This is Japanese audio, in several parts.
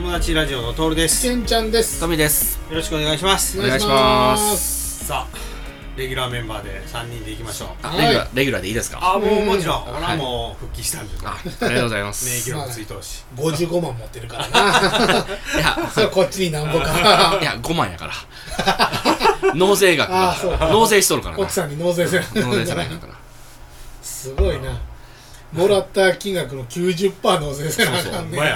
友達ラジオのトールです。 けんちゃんです。 トミです。 よろしくお願いします。 お願いします。 さあ、レギュラーメンバーで3人でいきましょう。 レギュラーでいいですか？ もうもちろん。俺はもう復帰したんで、ね。 ありがとうございます。 免疫力追投資。 55万持ってるからな。いや、それはこっちになんぼか。 いや、5万やから。納税額が納税しとるからな。 奥さんに納税せないから。 すごいな。もらった金額の 90% 納税せなあかんね。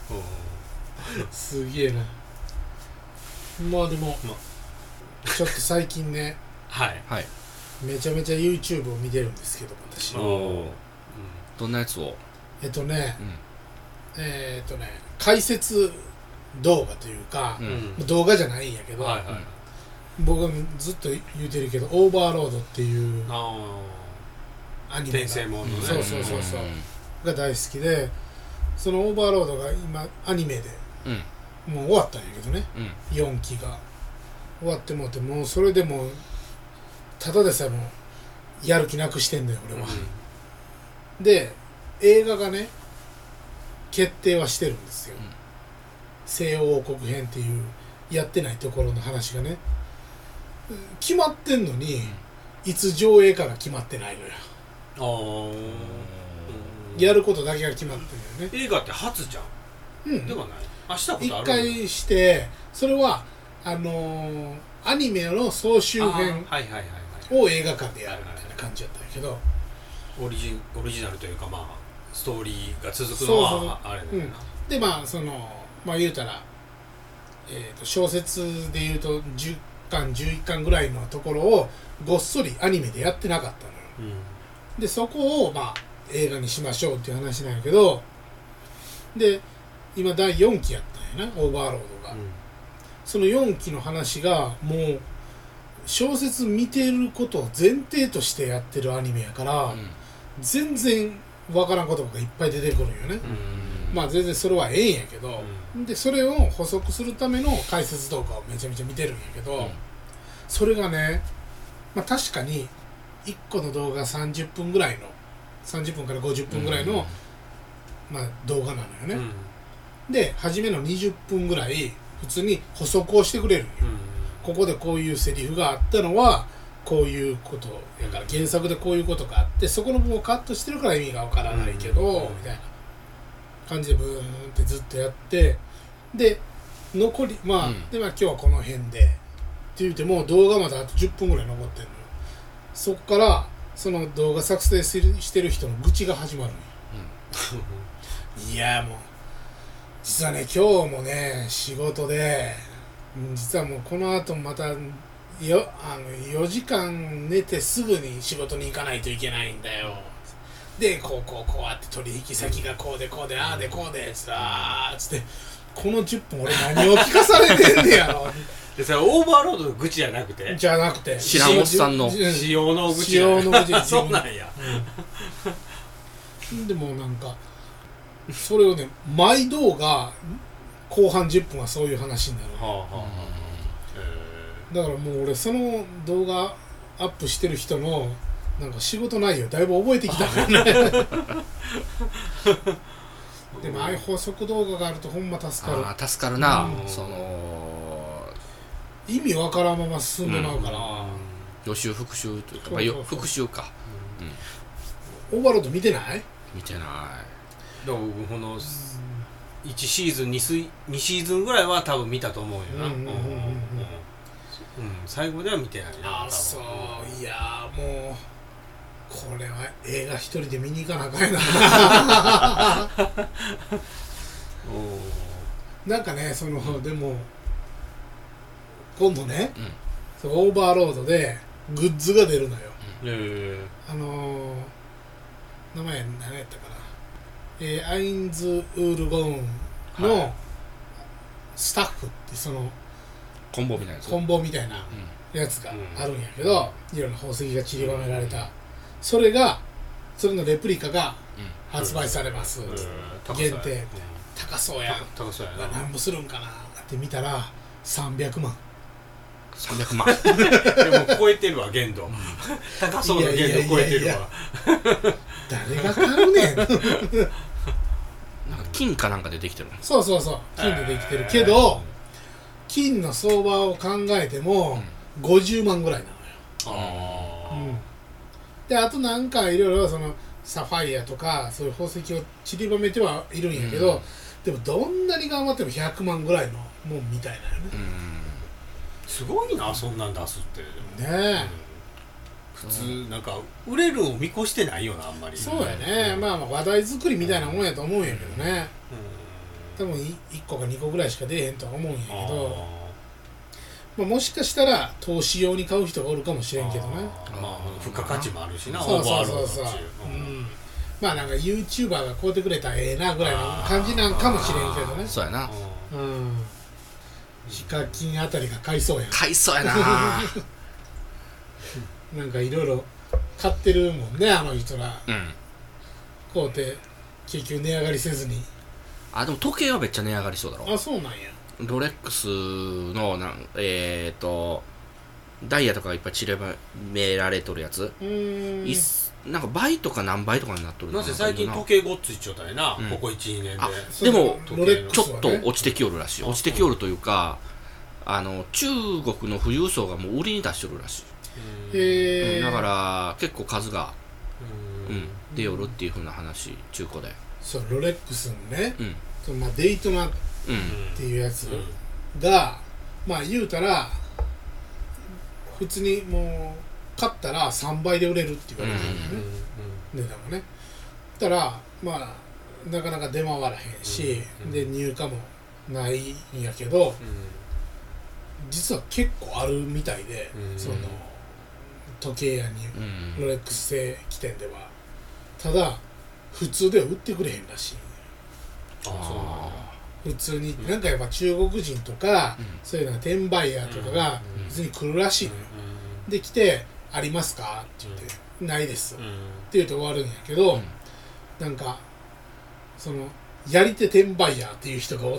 すげえな。まあでも、ちょっと最近ね、 はい。 めちゃめちゃ YouTube を見てるんですけど、私。 どんなやつを？ 解説動画というか、動画じゃないんやけど、僕がずっと言うてるけど、オーバーロードっていうアニメが、そうが大好きで、そのオーバーロードが今アニメでもう終わったんやけどね、4期が終わってもうて、もうそれでもただでさえもやる気なくしてんだよ俺は、で映画がね決定はしてるんですよ、西洋王国編っていうやってないところの話がね決まってんのに、いつ上映かが決まってないのよ。やることだけが決まってるよね。 映画って初じゃん。ではない。したことある。 一回して、それはアニメの総集編を映画館でやるみたいな感じだったんやけど、 オリジナルというか、まあストーリーが続くのはあれだよな。 で言うたら、小説で言うと10巻11巻ぐらいのところをごっそりアニメでやってなかったのよ。でそこを映画にしましょうっていう話なんやけど、で今第4期やったんやな、オーバーロードが、その4期の話がもう小説見てることを前提としてやってるアニメやから、全然わからん言葉がいっぱい出てくるんよね。全然それはええんやけど、でそれを補足するための解説動画をめちゃめちゃ見てるんやけど、それがね、確かに1個の動画30分ぐらいの30分から50分ぐらいの、動画なのよね、で初めの20分ぐらい普通に補足をしてくれるんよ、ここでこういうセリフがあったのはこういうことやから、原作でこういうことがあって、そこの部分をカットしてるから意味がわからないけど、みたいな感じでブーンってずっとやって、で残りで今日はこの辺でって言っても動画まであと10分ぐらい残ってるのよ。そこからその動画作成してる人の愚痴が始まるのよ、いやもう実はね今日もね仕事で、実はもうこの後また4時間寝てすぐに仕事に行かないといけないんだよ。でこうあって取引先がこうでああでこうでつってこの10分俺何を聞かされてんねやろでそれオーバーロードの愚痴じゃなくて知らんおっさんの仕様の愚痴そうなんや、 でもなんかそれをね毎動画後半10分はそういう話になる、だからもう俺その動画アップしてる人のなんか仕事内容だいぶ覚えてきたからねでもああいう補足動画があるとほんま助かる。 助かるな、 意味わからんまま進んでまうから、 予習復習というか復習か、 オーバーロード見てない？ 見てない。 だから僕この1シーズン2シーズンぐらいは多分見たと思うよな。最後では見てないな。 そういやもうこれは映画一人で見に行かなあかんななんかねでも今度ね、オーバーロードでグッズが出るのよ、名前何やったかな、アインズ・ウールゴーンのスタッフってそのコンボみたいなやつがあるんやけど、いろんな宝石が散りばめられた、それのレプリカが発売されます、限定高そうや何もするんかなって見たら300万 300万でも超えてるわ限度、高そうな限度超えてるわ誰が買うねんなんか金かなんかでできてるの。 そう金でできてるけど、金の相場を考えても50万ぐらいなのよ。であとなんかいろいろそのサファイアとかそういう宝石を散りばめてはいるんやけど、でもどんなに頑張っても100万ぐらいのもんみたいなよね。 すごいな、そんなん出すってね。 普通なんか売れるのを見越してないよな、あんまり。 そうやね、まあ話題作りみたいなもんやと思うんやけどね。多分1個か2個ぐらいしか出えへんとは思うんやけど、まあ、もしかしたら投資用に買う人がおるかもしれんけどね。 まあ付加価値もあるしな。 そうまあなんか YouTuber が買うてくれたらええなぐらいの感じなんかもしれんけどね。 そうやな。 ヒカキンあたりが買いそうやん。 買いそうやな。 なんかいろいろ買ってるもんね、あの人ら。買うて結局値上がりせずに。 でも時計はめっちゃ値上がりそうだろ。 あ、そうなんや。 ロレックスのダイヤとかがいっぱい散りばめられとるやつ、なんか倍とか何倍とかになっとる。 なぜ最近時計ごっついっちゃったよな、ここ 1,2 年で。でもちょっと落ちてきおるらしい。落ちてきおるというか、中国の富裕層がもう売りに出しとるらしい。だから結構数が出よるっていう風な話、中古で。 そう、ロレックスのね、まあデイトナっていうやつが、まあ言うたら普通にもう買ったら3倍で売れるって言われてるんだよね、値段もね。だからまあなかなか出回らへんし、で入荷もないんやけど、実は結構あるみたいで、その時計屋にロレックス正規店では。ただ普通では売ってくれへんらしい。普通になんかやっぱ中国人とか、そういうの転売ヤーとかが普通に来るらしいのよ。で来て「ありますか?」って言って「ないです」って言うと終わるんやけど、なんかそのやり手転売ヤーっていう人がおって、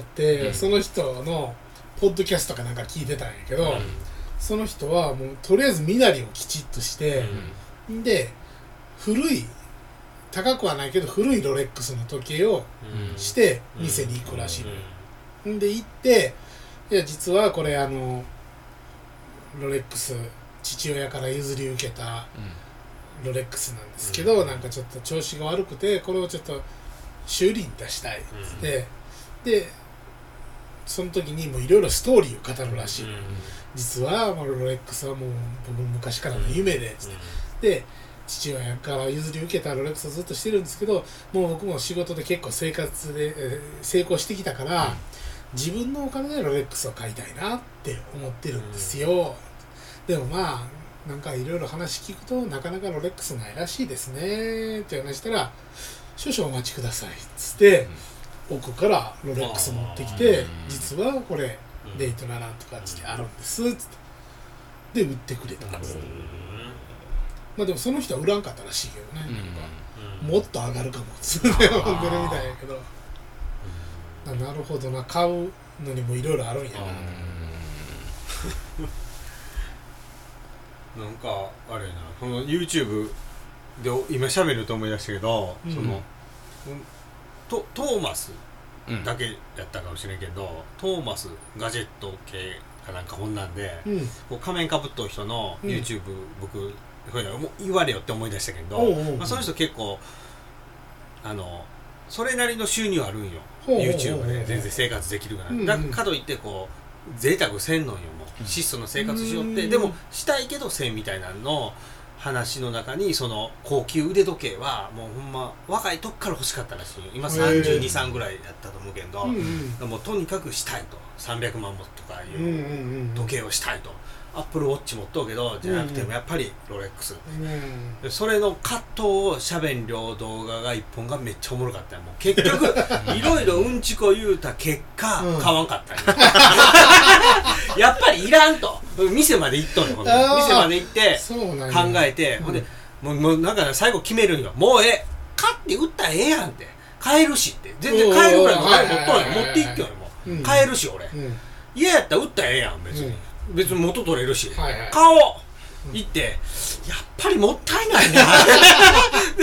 その人のポッドキャストかなんか聞いてたんやけど、その人はもうとりあえず身なりをきちっとして、で古い高くはないけど古いロレックスの時計をして店に行くらしいの。で行って「いや実はこれロレックス父親から譲り受けたロレックスなんですけど、なんかちょっと調子が悪くてこれをちょっと修理に出したい」っつって、でその時にもういろいろストーリーを語るらしい。実はロレックスはもう僕昔からの夢でつって、で父親から譲り受けたロレックスをずっとしてるんですけど、もう僕も仕事で結構生活で、成功してきたから、自分のお金でロレックスを買いたいなって思ってるんですよ。でもまあなんかいろいろ話聞くとなかなかロレックスないらしいですねって話したら、少々お待ちくださいっつって、奥からロレックス持ってきて、実はこれデイトナなんとかっつってあるんですっつってで売ってくれたんです。まあでもその人は売らんかったらしいけどね、もっと上がるかもっつって思ってるみたいやけど、なるほどな、買うのにもいろいろあるんやな。 なんかあれやな、この YouTube で今喋ると思い出したけど、そのトーマスだけやったかもしれんけど、トーマスガジェット系かなんか本なんで、こう仮面かぶっとる人の YouTube、僕これ言われよって思い出したけど、その人結構それなりの収入あるんよ、YouTube で全然生活できるから、だからといってこう贅沢せんのんよ、もう質素な生活しよって、でもしたいけどせんみたいなの話の中に、その高級腕時計はもうほんま若い時から欲しかったらしいよ。今32、3ぐらいやったと思うけど、もうとにかくしたいと、300万もとかいう時計をしたいと。アップルウォッチ持っとうけどじゃなくてもやっぱりロレックス、それの葛藤をしゃべん両動画が1本がめっちゃおもろかったよ。もう結局いろいろうんちこ言うた結果、買わんかったんよやっぱりいらんと、店まで行っとんよ。店まで行って考えて、ほんでもうなんか最後決めるんよ。もう買って売ったらええやんって、買えるしって、全然買えるぐらいの金持っとんよ、持っていっきょんよ。もう買えるし俺、嫌やったら売ったらええやん、別に元取れるし、買おう行って、やっぱりもったいないねで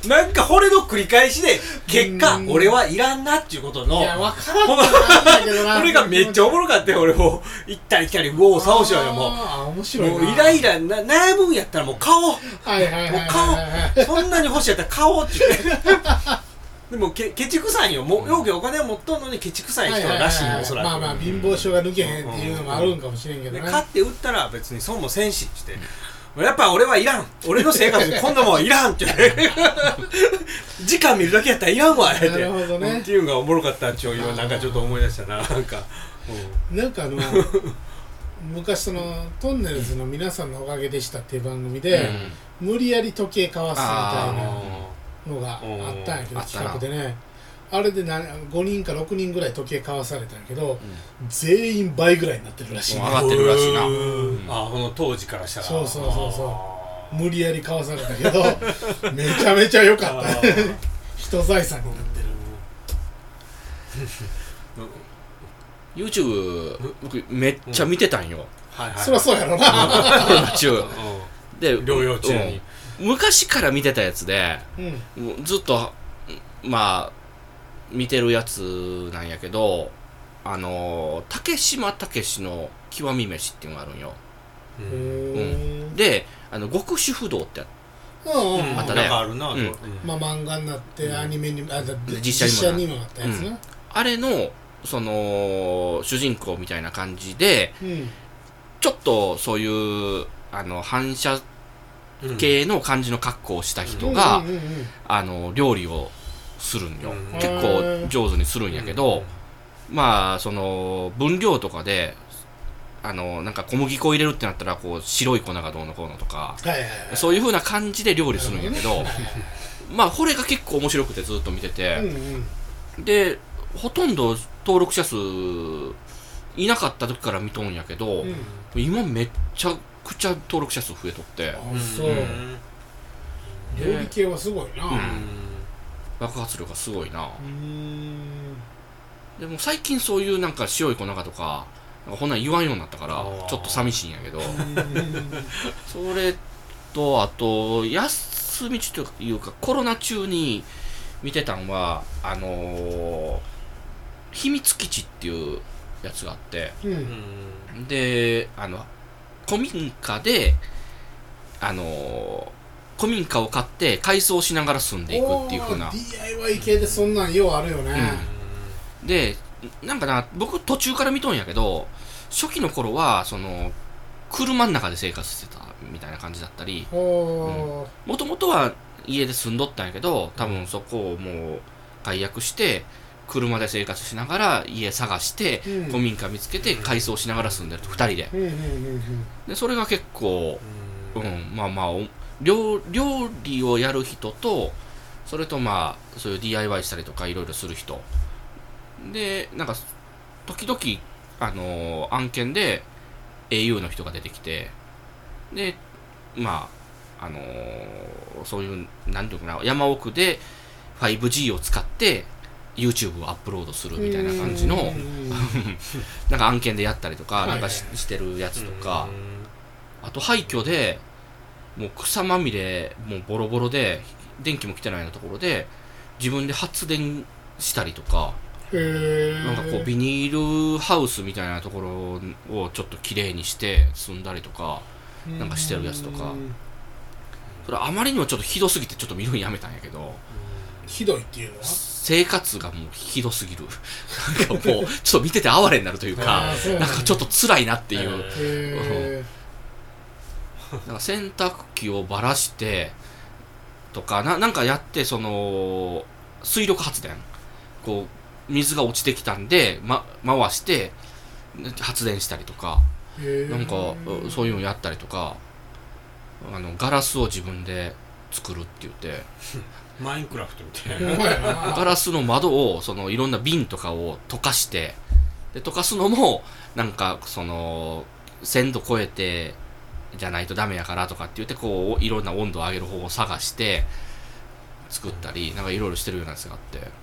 なんかこれの繰り返しで結果俺はいらんなっていうことの、 いや分からんないけどなこれがめっちゃおもろかったよ。俺も行ったり来たり、もう倒しようよ。もう面白いな。 もうイライラな悩むんやったらもう買おう、 はいはいはいもう買おう、そんなに欲しいやったら買おうって言ってでもケチくさいよ。もうよくお金を持っとんのにケチくさい人らしいよ、おそらく。 まあまあ貧乏症が抜けへんっていうのもあるんかもしれんけどね。 買って売ったら別に損もせんしってやっぱ俺はいらん、俺の生活にこんなもんいらんって時間見るだけやったらいらんわって、 なるほどね、 っていうのがおもろかったんちゅう今なんかちょっと思い出したな。なんか、 なんか昔そのトンネルズの皆さんのおかげでしたっていう番組で、無理やり時計交わすみたいなのがあったんやけど、企画でね、あれで5人か6人ぐらい時計交わされたんやけど、全員倍ぐらいになってるらしい、 上がってるらしいな。 この当時からしたらそう無理やり交わされたけどめちゃめちゃ良かった人財産になってるYouTube 僕めっちゃ見てたんよ。 そりゃそうやろなコロナ中で療養中に昔から見てたやつで、もうずっとまあ見てるやつなんやけど、竹島武史の極み飯っていうのがあるんよ。で極主不動ってあったね。 なんかあるな。 まあ漫画になってアニメに実写にもなったやつな。 あれのその主人公みたいな感じで、ちょっとそういう反射系の感じの格好をした人が料理をするんよ。結構上手にするんやけど、まあその分量とかでなんか小麦粉を入れるってなったらこう白い粉がどうのこうのとか、そういう風な感じで料理するんやけど、まあこれが結構面白くてずっと見てて、でほとんど登録者数いなかった時から見とんやけど、今めっちゃくちゃ登録者数増えとって、 そう料理系はすごいな、 爆発力がすごいな。でも最近そういうなんか白い粉がとかほんなん言わんようになったからちょっと寂しいんやけどそれとあと休み中というかコロナ中に見てたんは秘密基地っていうやつがあって、で古民家で古民家を買って改装しながら住んでいくっていう風な DIY 系でそんなんようあるよね、 でなんかな僕途中から見とんやけど初期の頃はその車の中で生活してたみたいな感じだったり、もともとは家で住んどったんやけど多分そこをもう解約して車で生活しながら家探して古民家見つけて改装しながら住んでると2人で、それが結構、まあまあ料理をやる人とそれとまあそういう DIY したりとかいろいろする人でなんか時々案件で au の人が出てきてでまあそういうなんていうかな山奥で 5G を使って YouTube をアップロードするみたいな感じのなんか案件でやったりとかなんかしてるやつとか、あと廃墟でもう草まみれもうボロボロで電気も来てないようなところで自分で発電したりとか、なんかこうビニールハウスみたいなところをちょっときれいにして住んだりとかなんかしてるやつとか、それあまりにもちょっとひどすぎてちょっと見るのやめたんやけど、 ひどいっていうのは生活がもうひどすぎるなんかもうちょっと見てて哀れになるというかなんかちょっと辛いなっていう、なんか洗濯機をばらしてとかなんかやってその水力発電こう水が落ちてきたんで、回して発電したりとかなんかそういうのやったりとかガラスを自分で作るって言ってマインクラフトみたいなガラスの窓をそのいろんな瓶とかを溶かしてで溶かすのもなんかその1000度超えてじゃないとダメやからとかって言ってこういろんな温度を上げる方を探して作ったりなんかいろいろしてるようなやつがあってなる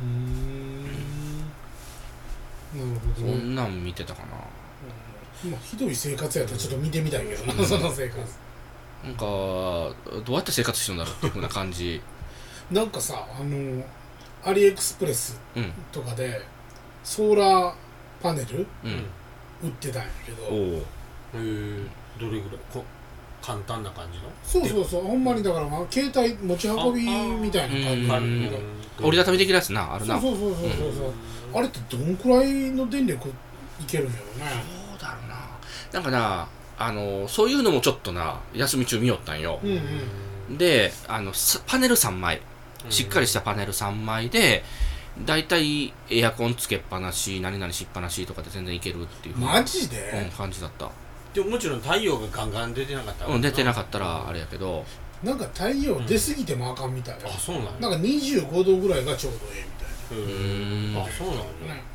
ほど、ね、そんなん見てたかな。 まあひどい生活やったらちょっと見てみたいけどな、その生活なんかどうやって生活してるんだろうっていう風な感じなんかさアリエクスプレスとかでソーラーパネル売ってたんやけど、 どれぐらい簡単な感じの？ そうほんまにだから携帯持ち運びみたいな感じで折りたたみできるやつなあるな。 そうあれってどんくらいの電力いけるんやろね。 そうだろうな。なんかなそういうのもちょっとな休み中見よったんよ。でパネル3枚しっかりしたパネル3枚でだいたいエアコンつけっぱなし何々しっぱなしとかで全然いけるっていうマジで、 感じだった。 でももちろん太陽がガンガン出てなかったら出てなかったらあれやけど、 なんか太陽出すぎてもあかんみたいな、 そうなんなんか25度ぐらいがちょうどええみたいな。 そうなんだね。なる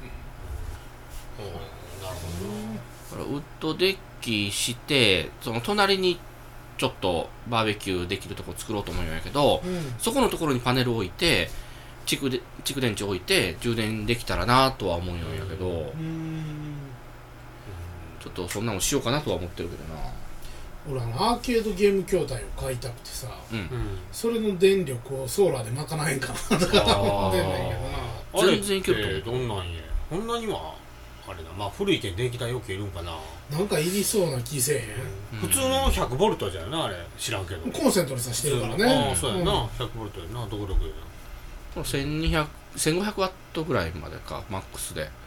ほど。ウッドデッキしてその隣にちょっとバーベキューできるとこ作ろうと思うんやけど、そこのところにパネル置いて蓄電池置いて充電できたらなとは思うんやけど、ちょっとそんなのしようかなとは思ってるけどな。 俺アーケードゲーム筐体を買いたくてさ、それの電力をソーラーで賄えんかなとか思ってんねんけどな。全然いけると思う。どんなんやこんなにはあれな、古いけん電気代よくいるんかな。 なんかいりそうな気せえへん。普通の100ボルトじゃなあれ知らんけど。 コンセントにさしてるからね。 そうやな、100ボルトやな、どこどこやな。1500ワットぐらいまでかマックスで。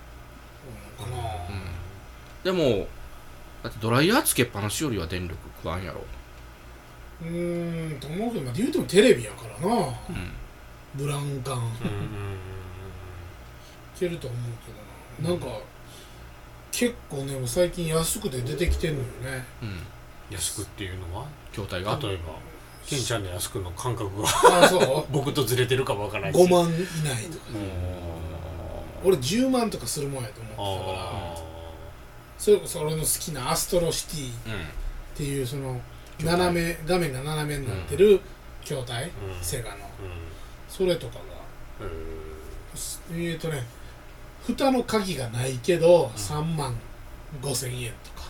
でもだってドライヤーつけっぱなしよりは電力食わんやろ。 と思うけど、言うてもテレビやからな、ブラウン管いけると思うけどな。なんか結構ね最近安くて出てきてんのよね。 安くっていうのは筐体が例えばケンちゃんの安くの感覚がそう僕とずれてるかもわからないし 5万以内とか、俺10万とかするもんやと思ってたから、それこそ俺の好きなアストロシティっていうその画面が斜めになってる筐体、セガの、それとかが蓋の鍵がないけど3万5,000円と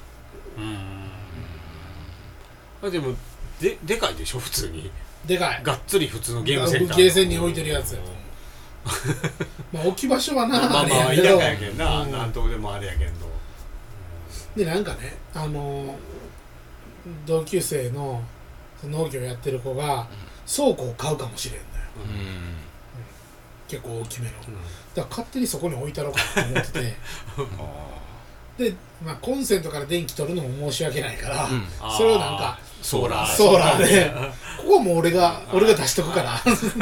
か。 でもでかいでしょ普通に。 でかい。 がっつり普通のゲームセンターゲーセンに置いてるやつやと思う。置き場所はなまあ田舎やけんな、なんとでもあれやけんど。 でなんかね同級生の農業やってる子が倉庫を買うかもしれんのよ。結構大きめの。だから勝手にそこに置いたろうかなと思ってて。で、コンセントから電気取るのも申し訳ないから、それをなんかソーラーでここはもう俺が出しとくから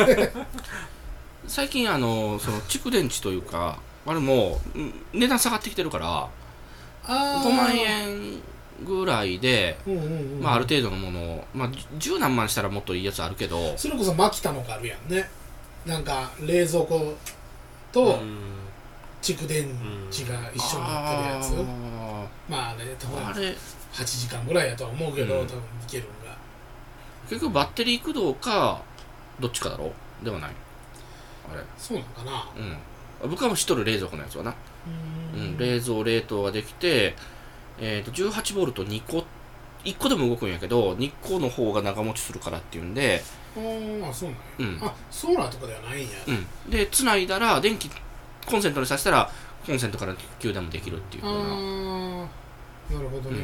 最近その蓄電池というかあれも値段下がってきてるから5万円ぐらいで、ある程度のものを、10何万したらもっといいやつあるけど、 それこそマキタのがあるやんね。なんか冷蔵庫と蓄電池が一緒になってるやつ。多分8時間ぐらいやとは思うけど、多分いけるんが結局バッテリー駆動かどっちかだろうではない。あれそうなのかな。 僕はもう知っとる冷蔵庫のやつはな。冷蔵冷凍ができて、18ボルト2個1個でも動くんやけど2個の方が長持ちするからっていうんで。 そうなんや。ソーラーとかではないんや。 で繋いだら電気コンセントにさせたらコンセントから給電もできるっていう風な。 なるほどね。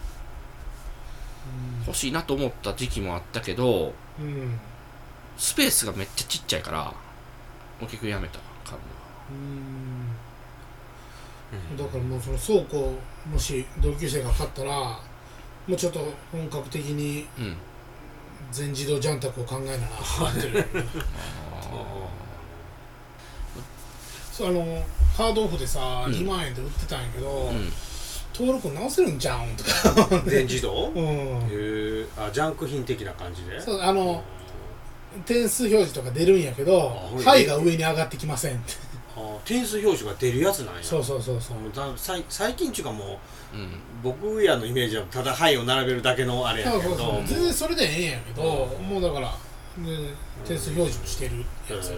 欲しいなと思った時期もあったけど、スペースがめっちゃちっちゃいからもう結局やめた買うのは。だからもうその倉庫もし同級生が買ったらもうちょっと本格的に全自動ジャンタクを考えながら買ってるよね。ハードオフでさ、2万円で売ってたんやけど、登録直せるんちゃうんとか。 全自動？ジャンク品的な感じで？ そう、点数表示とか出るんやけど、牌が上に上がってきませんって。 点数表示が出るやつなんや。 そう。 最近っていうかもう、僕らのイメージはただ牌を並べるだけのあれやけど。 全然それでええんやけど、もうだから、点数表示もしてるやつやった。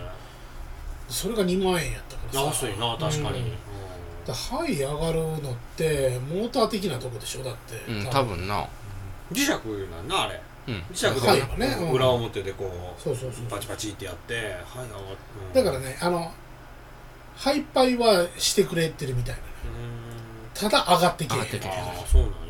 それが2万円やったからさ。 安いな、確かに。 はい上がるのってモーター的なとこでしょだって。 多分な。 磁石なんなあれ。 磁石で裏表でこうパチパチってやってだからねハイパイはしてくれてるみたいなただ上がってけえへんそうなんや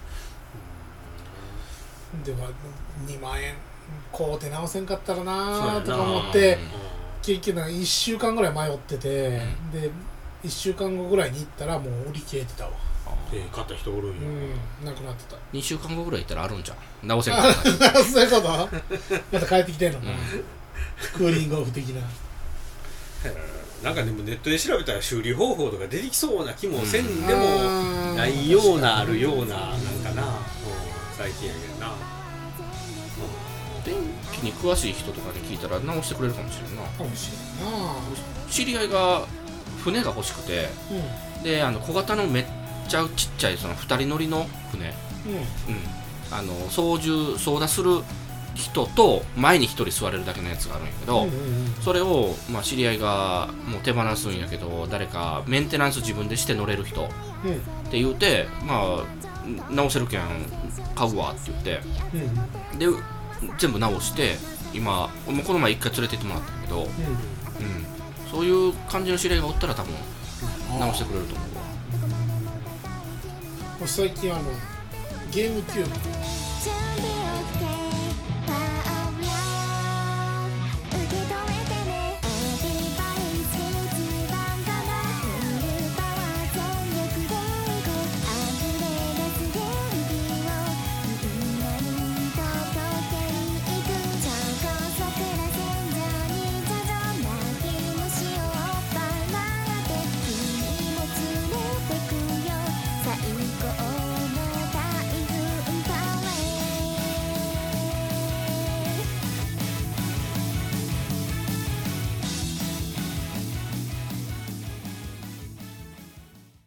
では2万円こうて直せんかったらなとか思って結局1週間ぐらい迷っててで1週間後ぐらいに行ったらもう売り切れてたわ買った人おるんやなくなってた 2週間後ぐらい行ったらあるんじゃん直せんかったらそういうことまた帰ってきてんのかなクーリングオフ的ななんかでもネットで調べたら修理方法とか出てきそうな気もせんでもないようなあるようななんかな最近やけどな電気に詳しい人とかに聞いたら直してくれるかもしれんな知り合いが船が欲しくてで小型のめっちゃちっちゃいその2人乗りの船操舵する人と前に1人座れるだけのやつがあるんやけどそれを知り合いがもう手放すんやけど誰かメンテナンス自分でして乗れる人って言うて直せるけん買うわって言ってで全部直して今もうこの前1回連れて行ってもらったんやけどそういう感じの知り合いがおったら多分直してくれると思うわ。 最近ゲームキューブ